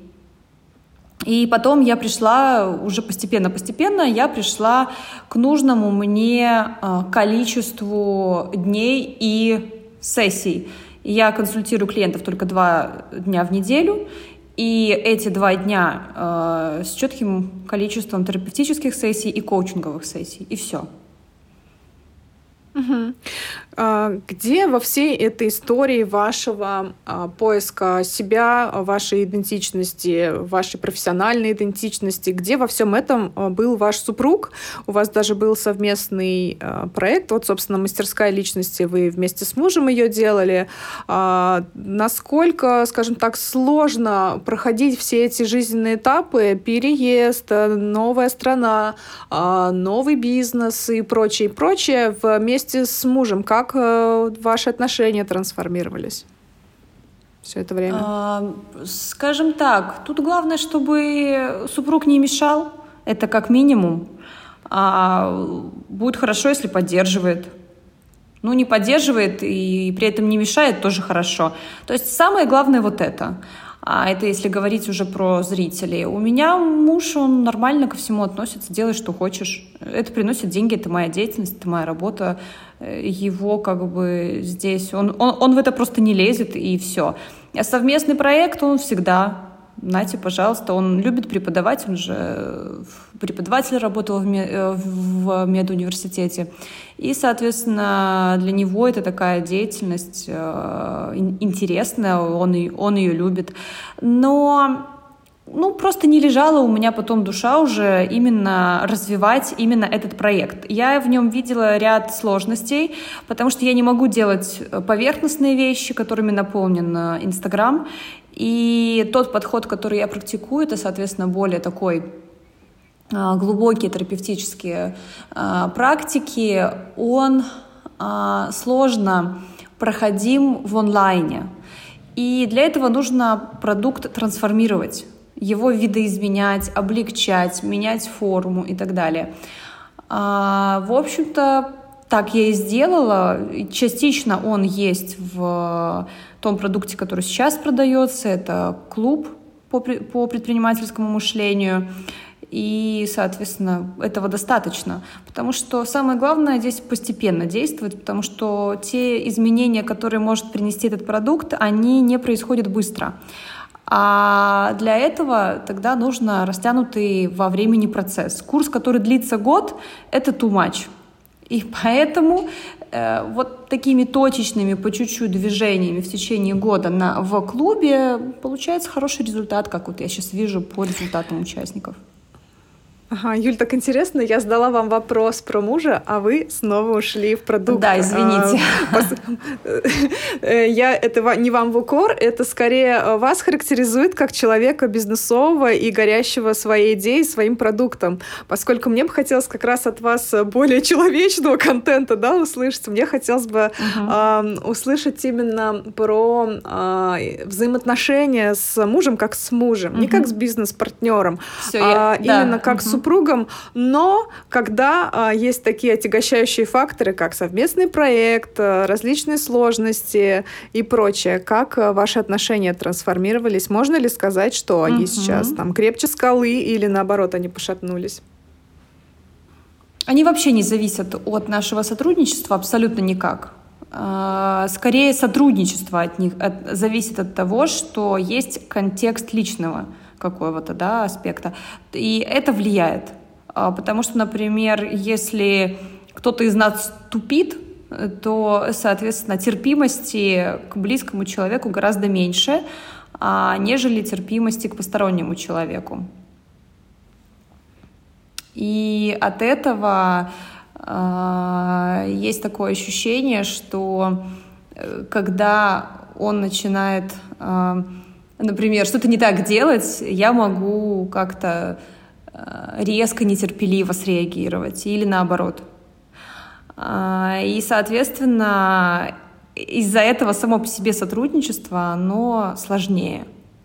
И потом я пришла уже постепенно я пришла к нужному мне количеству дней и сессий. Я консультирую клиентов только 2 дня в неделю, и эти 2 дня с четким количеством терапевтических сессий и коучинговых сессий, и все. Угу. Где во всей этой истории вашего поиска себя, вашей идентичности, вашей профессиональной идентичности, где во всем этом был ваш супруг? У вас даже был совместный проект, собственно, «Мастерская личности», вы вместе с мужем ее делали. Насколько, скажем так, сложно проходить все эти жизненные этапы, переезд, новая страна, новый бизнес и прочее, вместе с мужем? Как ваши отношения трансформировались все это время? Скажем так, тут главное, чтобы супруг не мешал, это как минимум. Будет хорошо, если поддерживает. Не поддерживает и при этом не мешает, тоже хорошо. То есть самое главное это. Это если говорить уже про зрителей. У меня муж, он нормально ко всему относится, делай, что хочешь. Это приносит деньги, это моя деятельность, это моя работа. Его здесь... Он в это просто не лезет, и все. А совместный проект, он всегда... Нате, пожалуйста, он любит преподавать, он же преподаватель работал в медуниверситете. И, соответственно, для него это такая деятельность интересная, он ее любит. Но просто не лежала у меня потом душа уже именно развивать именно этот проект. Я в нем видела ряд сложностей, потому что я не могу делать поверхностные вещи, которыми наполнен Инстаграм. И тот подход, который я практикую, это, соответственно, более такой глубокие терапевтические практики, он сложно проходим в онлайне. И для этого нужно продукт трансформировать, его видоизменять, облегчать, менять форму и так далее. В общем-то, так я и сделала. Частично он есть в том продукте, который сейчас продается. Это клуб по предпринимательскому мышлению. И, соответственно, этого достаточно. Потому что самое главное здесь постепенно действовать, потому что те изменения, которые может принести этот продукт, они не происходят быстро. А для этого тогда нужно растянутый во времени процесс. Курс, который длится год, это too much. И поэтому вот такими точечными по чуть-чуть движениями в течение года в клубе получается хороший результат, как вот я сейчас вижу по результатам участников. Ага, Юль, так интересно, я задала вам вопрос про мужа, а вы снова ушли в продукт. Да, извините. Это не вам в укор, это скорее вас характеризует как человека бизнесового и горящего своей идеей, своим продуктом. Поскольку мне бы хотелось как раз от вас более человечного контента, да, услышать. Мне хотелось бы услышать именно про взаимоотношения с мужем как с мужем, не как с бизнес-партнером, а именно как с супругом, но когда есть такие отягощающие факторы, как совместный проект, различные сложности и прочее, как ваши отношения трансформировались? Можно ли сказать, что они сейчас там крепче скалы или наоборот они пошатнулись? Они вообще не зависят от нашего сотрудничества абсолютно никак. Скорее, сотрудничество от них зависит от того, что есть контекст личного какого-то, да, аспекта. И это влияет. Потому что, например, если кто-то из нас тупит, то, соответственно, терпимости к близкому человеку гораздо меньше, нежели терпимости к постороннему человеку. И от этого есть такое ощущение, что когда он начинает, например, что-то не так делать, я могу как-то резко, нетерпеливо среагировать или наоборот. И, соответственно, из-за этого само по себе сотрудничество, оно сложнее.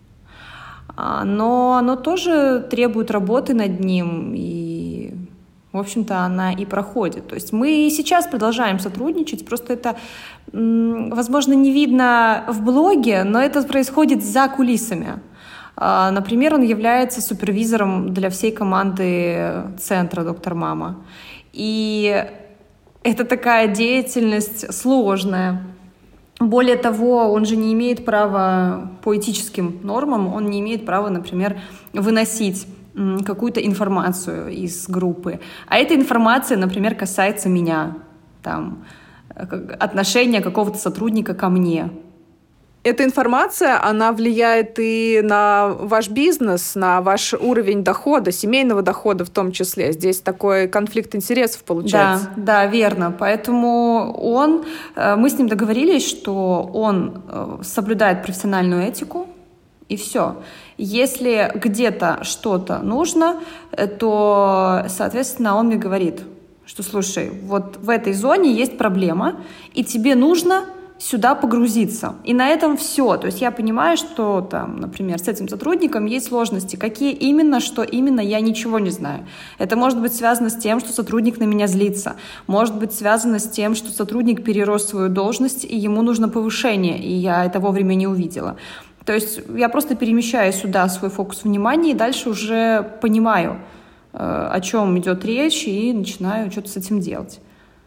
Но оно тоже требует работы над ним, и, в общем-то, она и проходит. То есть мы и сейчас продолжаем сотрудничать, просто это, возможно, не видно в блоге, но это происходит за кулисами. Например, он является супервизором для всей команды центра «Доктор Мама». И это такая деятельность сложная. Более того, он же не имеет права по этическим нормам, он не имеет права, например, выносить какую-то информацию из группы. А эта информация, например, касается меня, там, отношения какого-то сотрудника ко мне. Эта информация, она влияет и на ваш бизнес, на ваш уровень дохода, семейного дохода в том числе. Здесь такой конфликт интересов получается. Да, верно. Поэтому мы с ним договорились, что он соблюдает профессиональную этику, и все. Если где-то что-то нужно, то, соответственно, он мне говорит, что, слушай, вот в этой зоне есть проблема, и тебе нужно сюда погрузиться. И на этом все. То есть я понимаю, что там, например, с этим сотрудником есть сложности. Какие именно, что именно, я ничего не знаю. Это может быть связано с тем, что сотрудник на меня злится. Может быть связано с тем, что сотрудник перерос свою должность, и ему нужно повышение, и я это вовремя не увидела. То есть я просто перемещаю сюда свой фокус внимания, и дальше уже понимаю, о чем идет речь, и начинаю что-то с этим делать.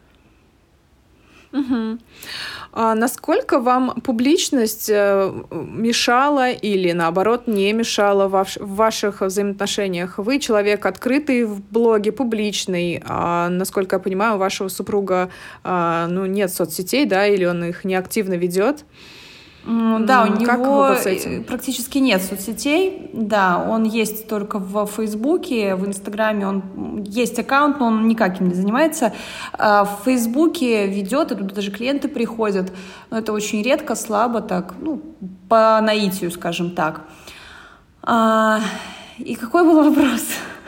Угу. А насколько вам публичность мешала или, наоборот, не мешала в ваших взаимоотношениях? Вы человек открытый в блоге, публичный. А, насколько я понимаю, у вашего супруга нет соцсетей, да, или он их неактивно ведет? Да, у него практически нет соцсетей. Да, он есть только в Фейсбуке, в Инстаграме он есть аккаунт, но он никак им не занимается. В Фейсбуке ведет, и туда даже клиенты приходят. Но это очень редко, слабо так, по наитию, скажем так. И какой был вопрос?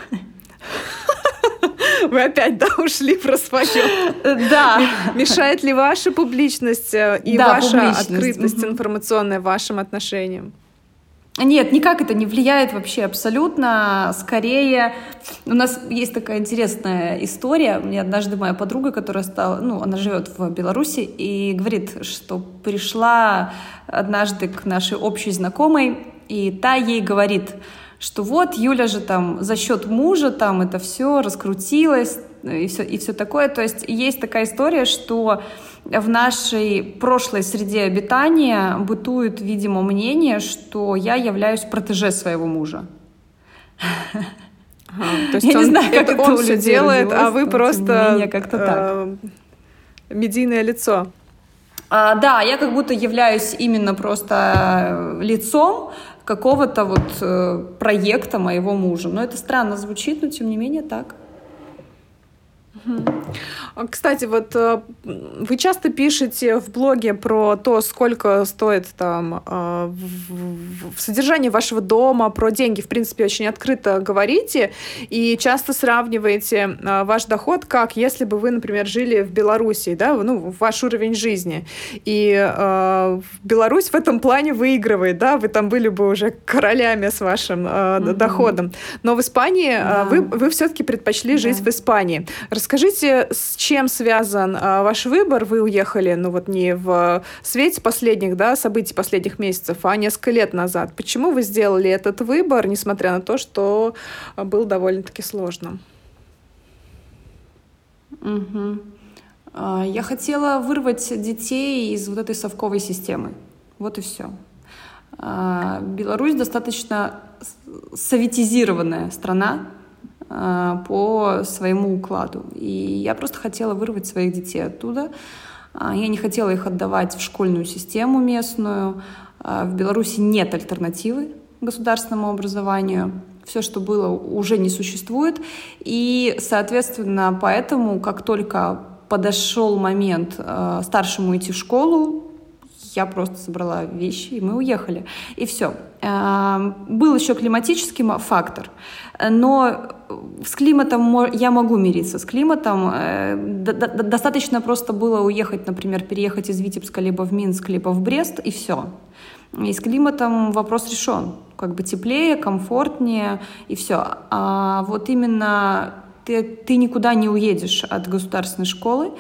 Вы опять, ушли про свое. Да. Мешает ли ваша публичность и ваша открытость информационная вашим отношениям? Нет, никак это не влияет вообще абсолютно. Скорее, у нас есть такая интересная история. Мне однажды моя подруга, которая она живет в Беларуси, и говорит, что пришла однажды к нашей общей знакомой, и та ей говорит, что вот Юля же там за счет мужа там это все раскрутилось и все такое. То есть есть такая история, что в нашей прошлой среде обитания бытует, видимо, мнение, что я являюсь протеже своего мужа. То есть я не знаю, как это он все делает, а вы просто как-то так. медийное лицо. Да, я как будто являюсь именно просто лицом какого-то вот проекта моего мужа. Но это странно звучит, но тем не менее так. Кстати, вот вы часто пишете в блоге про то, сколько стоит там содержание вашего дома, про деньги, в принципе, очень открыто говорите, и часто сравниваете ваш доход, как если бы вы, например, жили в Беларуси, да, ну, ваш уровень жизни. И Беларусь в этом плане выигрывает, да, вы там были бы уже королями с вашим доходом. Но в Испании вы все-таки предпочли жить в Испании. Расскажите, с чем связан ваш выбор? Вы уехали, ну вот не в свете последних, да, событий последних месяцев, а несколько лет назад. Почему вы сделали этот выбор, несмотря на то, что был довольно-таки сложным? Я хотела вырвать детей из вот этой совковой системы. Вот и все. Беларусь достаточно советизированная страна по своему укладу. И я просто хотела вырвать своих детей оттуда. Я не хотела их отдавать в школьную систему местную. В Беларуси нет альтернативы государственному образованию. Все, что было, уже не существует. И, соответственно, поэтому, как только подошел момент старшему идти в школу, я просто собрала вещи, и мы уехали. И все. Был еще климатический фактор, но с климатом я могу мириться. С климатом достаточно просто было уехать, например, переехать из Витебска либо в Минск, либо в Брест, и все. И с климатом вопрос решен. Как бы теплее, комфортнее, и все. А вот именно ты никуда не уедешь от государственной школы.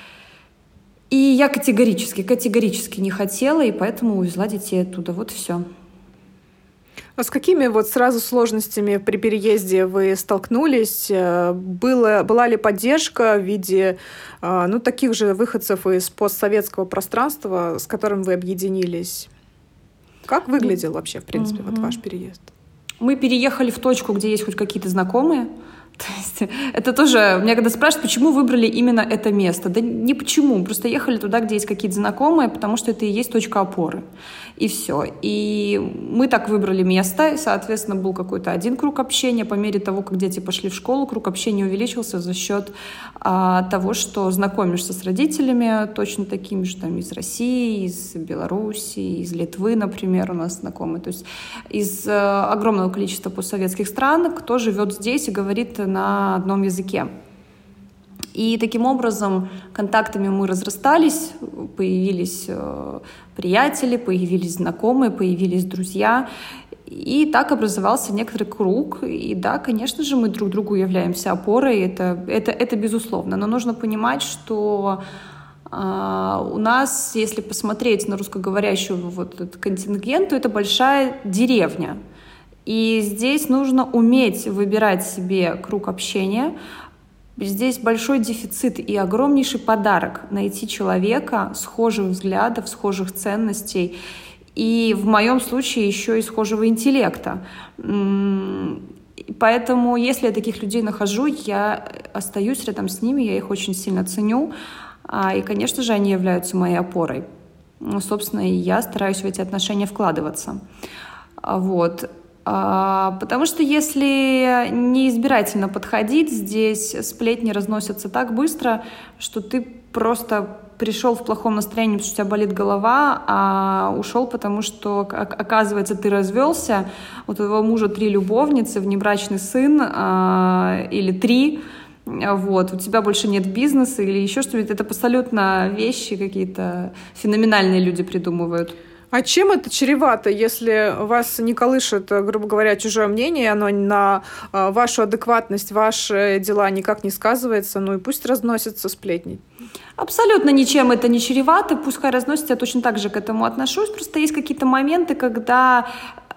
И я категорически не хотела, и поэтому увезла детей оттуда. Вот и все. А с какими вот сразу сложностями при переезде вы столкнулись? Была ли поддержка в виде таких же выходцев из постсоветского пространства, с которым вы объединились? Как выглядел вообще, в принципе, вот ваш переезд? Мы переехали в точку, где есть хоть какие-то знакомые. То есть это тоже... Меня когда спрашивают, почему выбрали именно это место? Да не почему. Просто ехали туда, где есть какие-то знакомые, потому что это и есть точка опоры. И все. И мы так выбрали место, и, соответственно, был какой-то один круг общения. По мере того, как дети пошли в школу, круг общения увеличился за счет того, что знакомишься с родителями, точно такими же, там, из России, из Беларуси, из Литвы, например, у нас знакомые. То есть из огромного количества постсоветских стран, кто живет здесь и говорит на одном языке. И таким образом контактами мы разрастались, появились приятели, появились знакомые, появились друзья. И так образовался некоторый круг. И да, конечно же, мы друг другу являемся опорой, это безусловно. Но нужно понимать, что у нас, если посмотреть на русскоговорящую вот этот контингент, то это большая деревня. И здесь нужно уметь выбирать себе круг общения. Здесь большой дефицит и огромнейший подарок найти человека схожих взглядов, схожих ценностей и в моем случае еще и схожего интеллекта. Поэтому, если я таких людей нахожу, я остаюсь рядом с ними, я их очень сильно ценю, и, конечно же, они являются моей опорой. Собственно, и я стараюсь в эти отношения вкладываться. Вот. Потому что если неизбирательно подходить, здесь сплетни разносятся так быстро, что ты просто пришел в плохом настроении, потому что у тебя болит голова, а ушел, потому что, оказывается, ты развелся, у твоего мужа 3 любовницы, внебрачный сын или 3, вот, у тебя больше нет бизнеса или еще что-нибудь. Это абсолютно вещи какие-то феноменальные люди придумывают. А чем это чревато, если вас не колышет, грубо говоря, чужое мнение, оно на вашу адекватность, ваши дела никак не сказывается, ну и пусть разносятся сплетни? Абсолютно ничем это не чревато, пускай разносится, я точно так же к этому отношусь, просто есть какие-то моменты, когда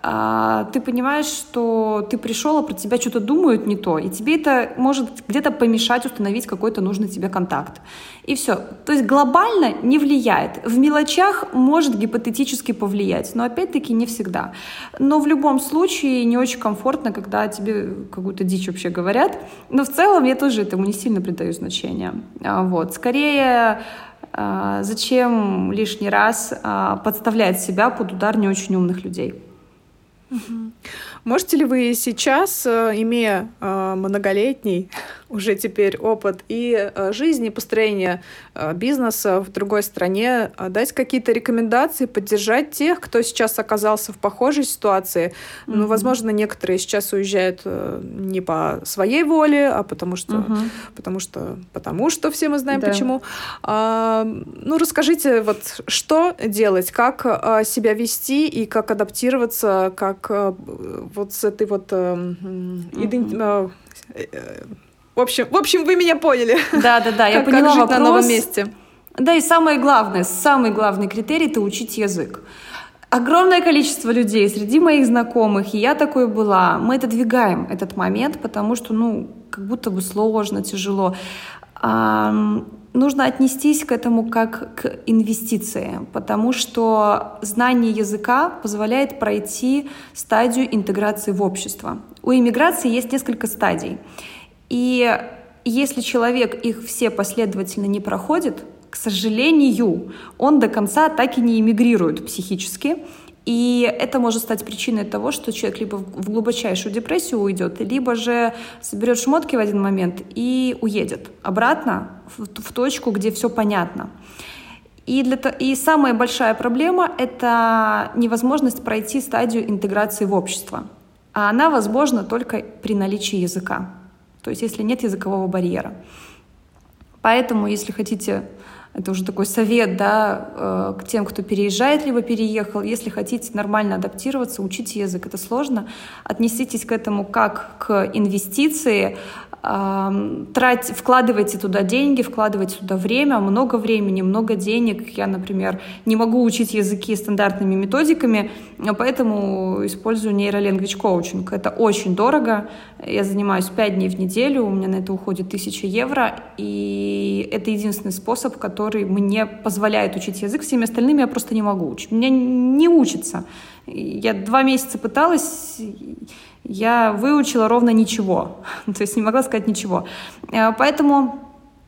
ты понимаешь, что ты пришел, а про тебя что-то думают не то, и тебе это может где-то помешать установить какой-то нужный тебе контакт. И все. То есть глобально не влияет. В мелочах может гипотетически повлиять, но опять-таки не всегда. Но в любом случае не очень комфортно, когда тебе какую-то дичь вообще говорят. Но в целом я тоже этому не сильно придаю значения. Вот. Скорее, зачем лишний раз подставлять себя под удар не очень умных людей? Можете ли вы сейчас, имея многолетний уже теперь опыт и жизни, построения бизнеса в другой стране, дать какие-то рекомендации, поддержать тех, кто сейчас оказался в похожей ситуации? Ну, возможно, некоторые сейчас уезжают не по своей воле, а потому что все мы знаем почему. Ну, расскажите, вот что делать, как себя вести и как адаптироваться, как вот с этой вот в общем, вы меня поняли. Да, я поняла как жить вопрос. На новом месте. Да, и самый главный критерий — это учить язык. Огромное количество людей среди моих знакомых, и я такой была, мы отодвигаем этот момент, потому что, как будто бы сложно, тяжело. Нужно отнестись к этому как к инвестиции, потому что знание языка позволяет пройти стадию интеграции в общество. У иммиграции есть несколько стадий. И если человек их все последовательно не проходит, к сожалению, он до конца так и не эмигрирует психически. И это может стать причиной того, что человек либо в глубочайшую депрессию уйдет, либо же соберет шмотки в один момент и уедет обратно в точку, где все понятно. И самая большая проблема — это невозможность пройти стадию интеграции в общество. А она возможна только при наличии языка. То есть если нет языкового барьера. Поэтому, если хотите, это уже такой совет, к тем, кто переезжает либо переехал, если хотите нормально адаптироваться, учите язык. Это сложно. Отнеситесь к этому как к инвестиции. Вкладывайте туда деньги, вкладывайте туда время, много времени, много денег. Я, например, не могу учить языки стандартными методиками, поэтому использую нейроленгвидж-коучинг. Это очень дорого. Я занимаюсь 5 дней в неделю, у меня на это уходит 1000 евро, и это единственный способ, который мне позволяет учить язык. Всеми остальными я просто не могу учить. У меня не учится. Я 2 месяца пыталась, я выучила ровно ничего. То есть не могла сказать ничего. Поэтому,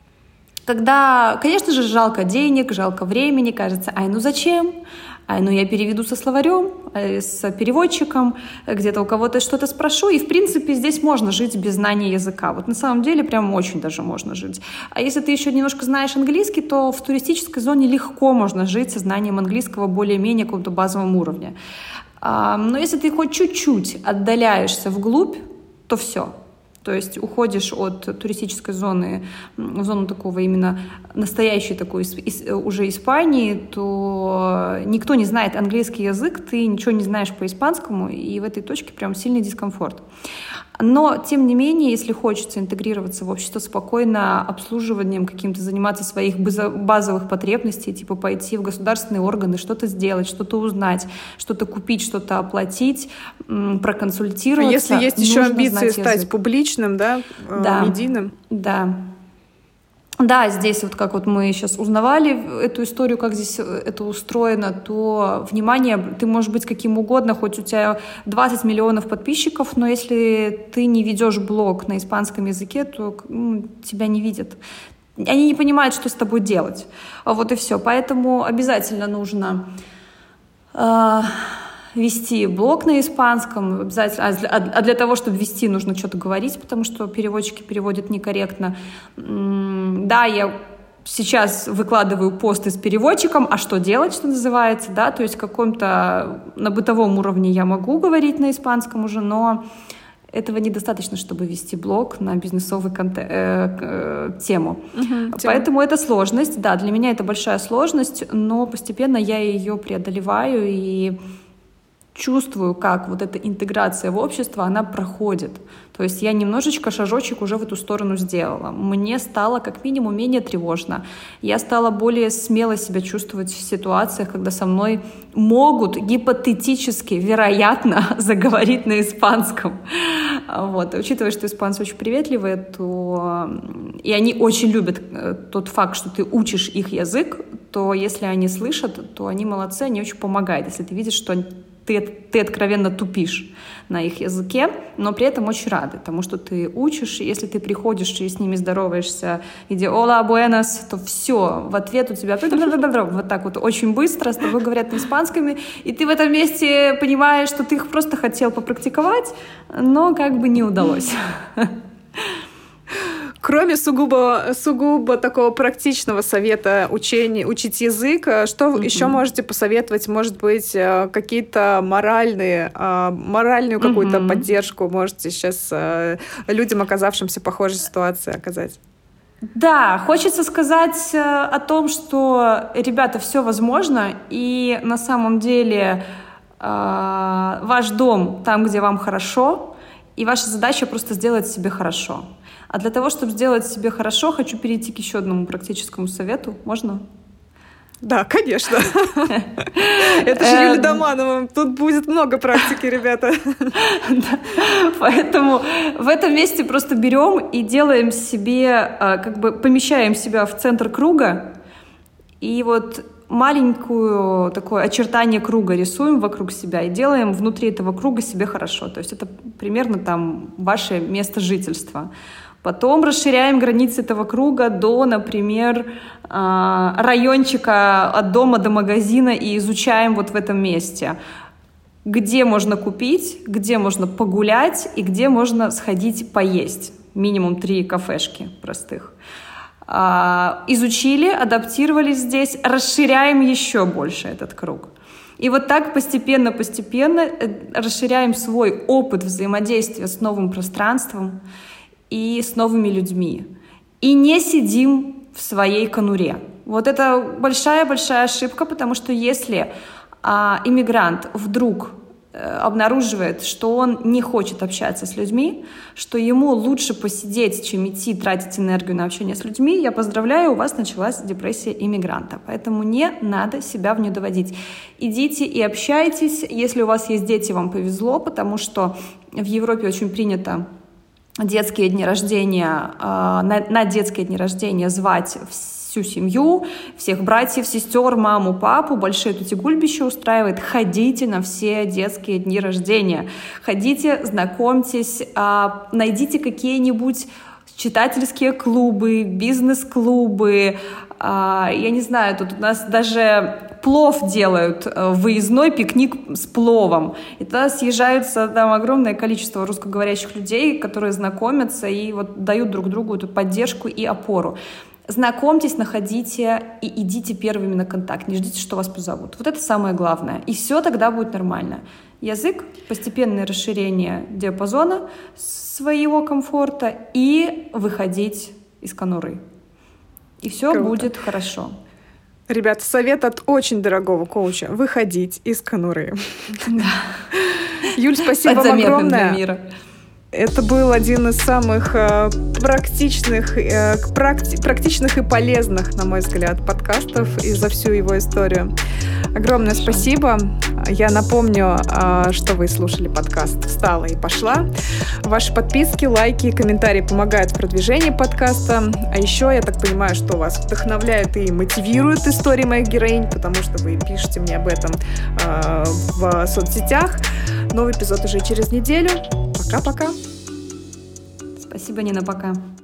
когда, конечно же, жалко денег, жалко времени, кажется, зачем? Я переведу со словарем, с переводчиком, где-то у кого-то что-то спрошу, и, в принципе, здесь можно жить без знания языка. Вот на самом деле прям очень даже можно жить. А если ты еще немножко знаешь английский, то в туристической зоне легко можно жить со знанием английского более-менее какого-то базового уровня. Но если ты хоть чуть-чуть отдаляешься вглубь, то все. То есть уходишь от туристической зоны в зону такого именно настоящей такой уже Испании, то никто не знает английский язык, ты ничего не знаешь по испанскому, и в этой точке прям сильный дискомфорт. Но, тем не менее, если хочется интегрироваться в общество спокойно, обслуживанием каким-то заниматься своих базовых потребностей, типа пойти в государственные органы, что-то сделать, что-то узнать, что-то купить, что-то оплатить, проконсультироваться. Если есть еще амбиции стать публичным, медийным? Да, здесь вот как вот мы сейчас узнавали эту историю, как здесь это устроено, то, внимание, ты можешь быть каким угодно, хоть у тебя 20 миллионов подписчиков, но если ты не ведешь блог на испанском языке, то тебя не видят. Они не понимают, что с тобой делать. Вот и все. Поэтому обязательно нужно вести блог на испанском, обязательно. А для того, чтобы вести, нужно что-то говорить, потому что переводчики переводят некорректно. Да, я сейчас выкладываю посты с переводчиком, а что делать, что называется, да, то есть каком-то на бытовом уровне я могу говорить на испанском уже, но этого недостаточно, чтобы вести блог на бизнесовую тему. Поэтому это сложность, да, для меня это большая сложность, но постепенно я ее преодолеваю и чувствую, как вот эта интеграция в общество, она проходит. То есть я немножечко шажочек уже в эту сторону сделала. Мне стало как минимум менее тревожно. Я стала более смело себя чувствовать в ситуациях, когда со мной могут гипотетически, вероятно, заговорить на испанском. Вот. Учитывая, что испанцы очень приветливые, то и они очень любят тот факт, что ты учишь их язык, то если они слышат, то они молодцы, они очень помогают. Если ты видишь, что ты откровенно тупишь на их языке, но при этом очень рады тому, что ты учишь. Если ты приходишь и с ними здороваешься, иди «Hola, buenas», то все, в ответ у тебя вот так вот очень быстро с тобой говорят на испанском, и ты в этом месте понимаешь, что ты их просто хотел попрактиковать, но как бы не удалось. Кроме сугубо такого практичного совета учить язык, что вы еще можете посоветовать? Может быть, какие-то моральную какую-то поддержку можете сейчас людям, оказавшимся в похожей ситуации, оказать? Да, хочется сказать о том, что, ребята, все возможно, и на самом деле ваш дом там, где вам хорошо, и ваша задача просто сделать себе хорошо. А для того, чтобы сделать себе хорошо, хочу перейти к еще одному практическому совету. Можно? Да, конечно. Это же Юлия Доманова. Тут будет много практики, ребята. Поэтому в этом месте просто берем и делаем себе, как бы помещаем себя в центр круга, и вот маленькую такое очертание круга рисуем вокруг себя и делаем внутри этого круга себе хорошо. То есть это примерно там ваше место жительства. Потом расширяем границы этого круга до, например, райончика от дома до магазина и изучаем вот в этом месте, где можно купить, где можно погулять и где можно сходить поесть. Минимум 3 кафешки простых. Изучили, адаптировались здесь, расширяем еще больше этот круг. И вот так постепенно расширяем свой опыт взаимодействия с новым пространством и с новыми людьми. И не сидим в своей конуре. Вот это большая-большая ошибка, потому что если иммигрант вдруг обнаруживает, что он не хочет общаться с людьми, что ему лучше посидеть, чем идти тратить энергию на общение с людьми, я поздравляю, у вас началась депрессия иммигранта. Поэтому не надо себя в нее доводить. Идите и общайтесь. Если у вас есть дети, вам повезло, потому что в Европе очень принято детские дни рождения, на детские дни рождения звать всю семью, всех братьев, сестер, маму, папу, большие тути-гульбища устраивает. Ходите на все детские дни рождения. Ходите, знакомьтесь, найдите какие-нибудь читательские клубы, бизнес-клубы. Я не знаю, тут у нас даже плов делают, выездной пикник с пловом. И туда съезжаются там огромное количество русскоговорящих людей, которые знакомятся и вот дают друг другу эту поддержку и опору. Знакомьтесь, находите и идите первыми на контакт. Не ждите, что вас позовут. Вот это самое главное. И все тогда будет нормально. Язык, постепенное расширение диапазона своего комфорта и выходить из конуры. И все будет хорошо. Ребята, совет от очень дорогого коуча. Выходить из конуры. Юль, спасибо вам огромное. Для мира. Это был один из самых практичных и полезных, на мой взгляд, подкастов и за всю его историю. Огромное спасибо. Я напомню, что вы слушали подкаст «Встала и пошла». Ваши подписки, лайки и комментарии помогают в продвижении подкаста. А еще, я так понимаю, что вас вдохновляют и мотивируют истории моих героинь, потому что вы пишете мне об этом в соцсетях. Новый эпизод уже через неделю. Пока-пока. Спасибо, Нина, пока.